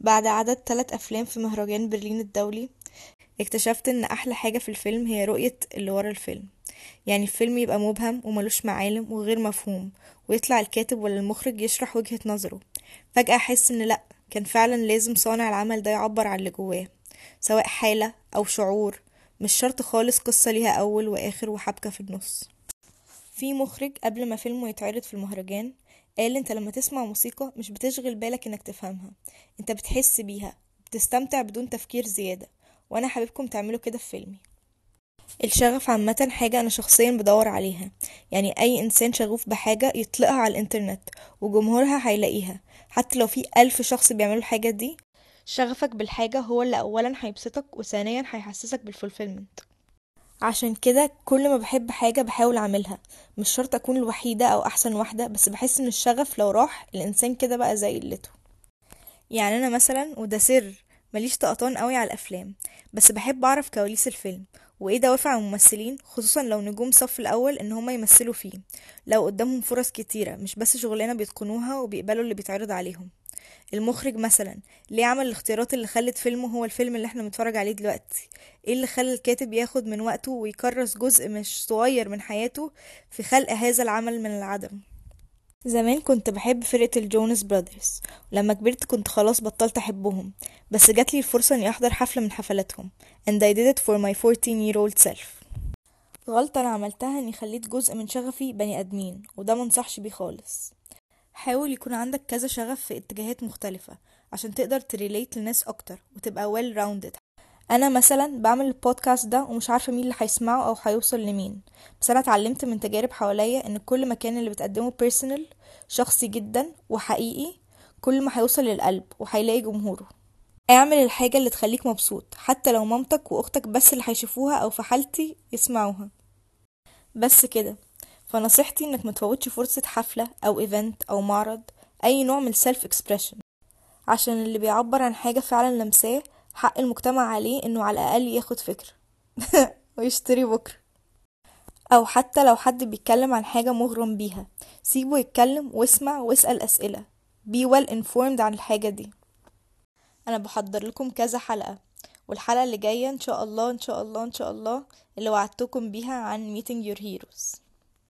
بعد عدد 3 أفلام في مهرجان برلين الدولي، اكتشفت ان احلى حاجة في الفيلم هي رؤية اللي ورا الفيلم. يعني الفيلم يبقى مبهم وملوش معالم وغير مفهوم، ويطلع الكاتب ولا المخرج يشرح وجهة نظره. فجأة احس ان لأ، كان فعلا لازم صانع العمل ده يعبر عن اللي جواه، سواء حالة او شعور. مش شرط خالص قصة ليها اول واخر وحبكة في النص. في مخرج قبل ما فيلمه يتعرض في المهرجان قال انت لما تسمع موسيقى مش بتشغل بالك انك تفهمها، انت بتحس بيها، بتستمتع بدون تفكير زيادة. وانا حاببكم تعملوا كده في فيلمي. الشغف عامة حاجة انا شخصيا بدور عليها. يعني اي انسان شغوف بحاجة يطلقها على الانترنت وجمهورها هيلاقيها. حتى لو في 1000 شخص بيعملوا الحاجة دي، شغفك بالحاجة هو اللي اولا هيبسطك وثانيا هيحسسك بالفولفيلمنت. عشان كده كل ما بحب حاجة بحاول اعملها. مش شرط اكون الوحيدة او احسن واحدة، بس بحس ان الشغف لو راح الانسان كده بقى زي قلته. يعني انا مثلا، وده سر، ماليش طقطان قوي على الافلام، بس بحب اعرف كواليس الفيلم وايه دوافع الممثلين، خصوصا لو نجوم صف الاول ان هما يمثلوا فيه. لو قدامهم فرص كتيرة مش بس شغلانة بيتقنوها وبيقبلوا اللي بيتعرض عليهم. المخرج مثلا ليه عمل الاختيارات اللي خلت فيلمه هو الفيلم اللي احنا بنتفرج عليه دلوقتي؟ ايه اللي خلى الكاتب ياخد من وقته ويكرس جزء مش صغير من حياته في خلق هذا العمل من العدم؟ زمان كنت بحب فرقة الجونس برادرز، ولما كبرت كنت خلاص بطلت احبهم. بس جاتلي الفرصة اني احضر حفلة من حفلاتهم and I did it for my 14-year-old self. غلطة انا عملتها اني خليت جزء من شغفي بني ادمين، وده منصحش بيه خالص. حاول يكون عندك كذا شغف في اتجاهات مختلفة عشان تقدر تريليت لناس اكتر وتبقى well rounded. انا مثلا بعمل البودكاست ده ومش عارفة مين اللي هيسمعه او هيوصل لمين، بس انا اتعلمت من تجارب حواليا ان كل مكان اللي بتقدمه personal، شخصي جدا وحقيقي، كل ما هيوصل للقلب وهيلاقي جمهوره. اعمل الحاجة اللي تخليك مبسوط حتى لو مامتك واختك بس اللي هيشوفوها او في حالتي يسمعوها. بس كده. فنصيحتي انك متفوتش فرصة حفلة او ايفنت او معرض، اي نوع من السيلف اكسبريشن، عشان اللي بيعبر عن حاجة فعلا لمساه حق المجتمع عليه انه على الاقل ياخد فكرة ويشتري بكرة. او حتى لو حد بيتكلم عن حاجة مغرم بيها، سيبه يتكلم واسمع واسأل اسئلة. be well informed عن الحاجة دي. انا بحضر لكم كذا حلقة، والحلقة اللي جاية ان شاء الله ان شاء الله ان شاء الله اللي وعدتكم بيها عن meeting your heroes.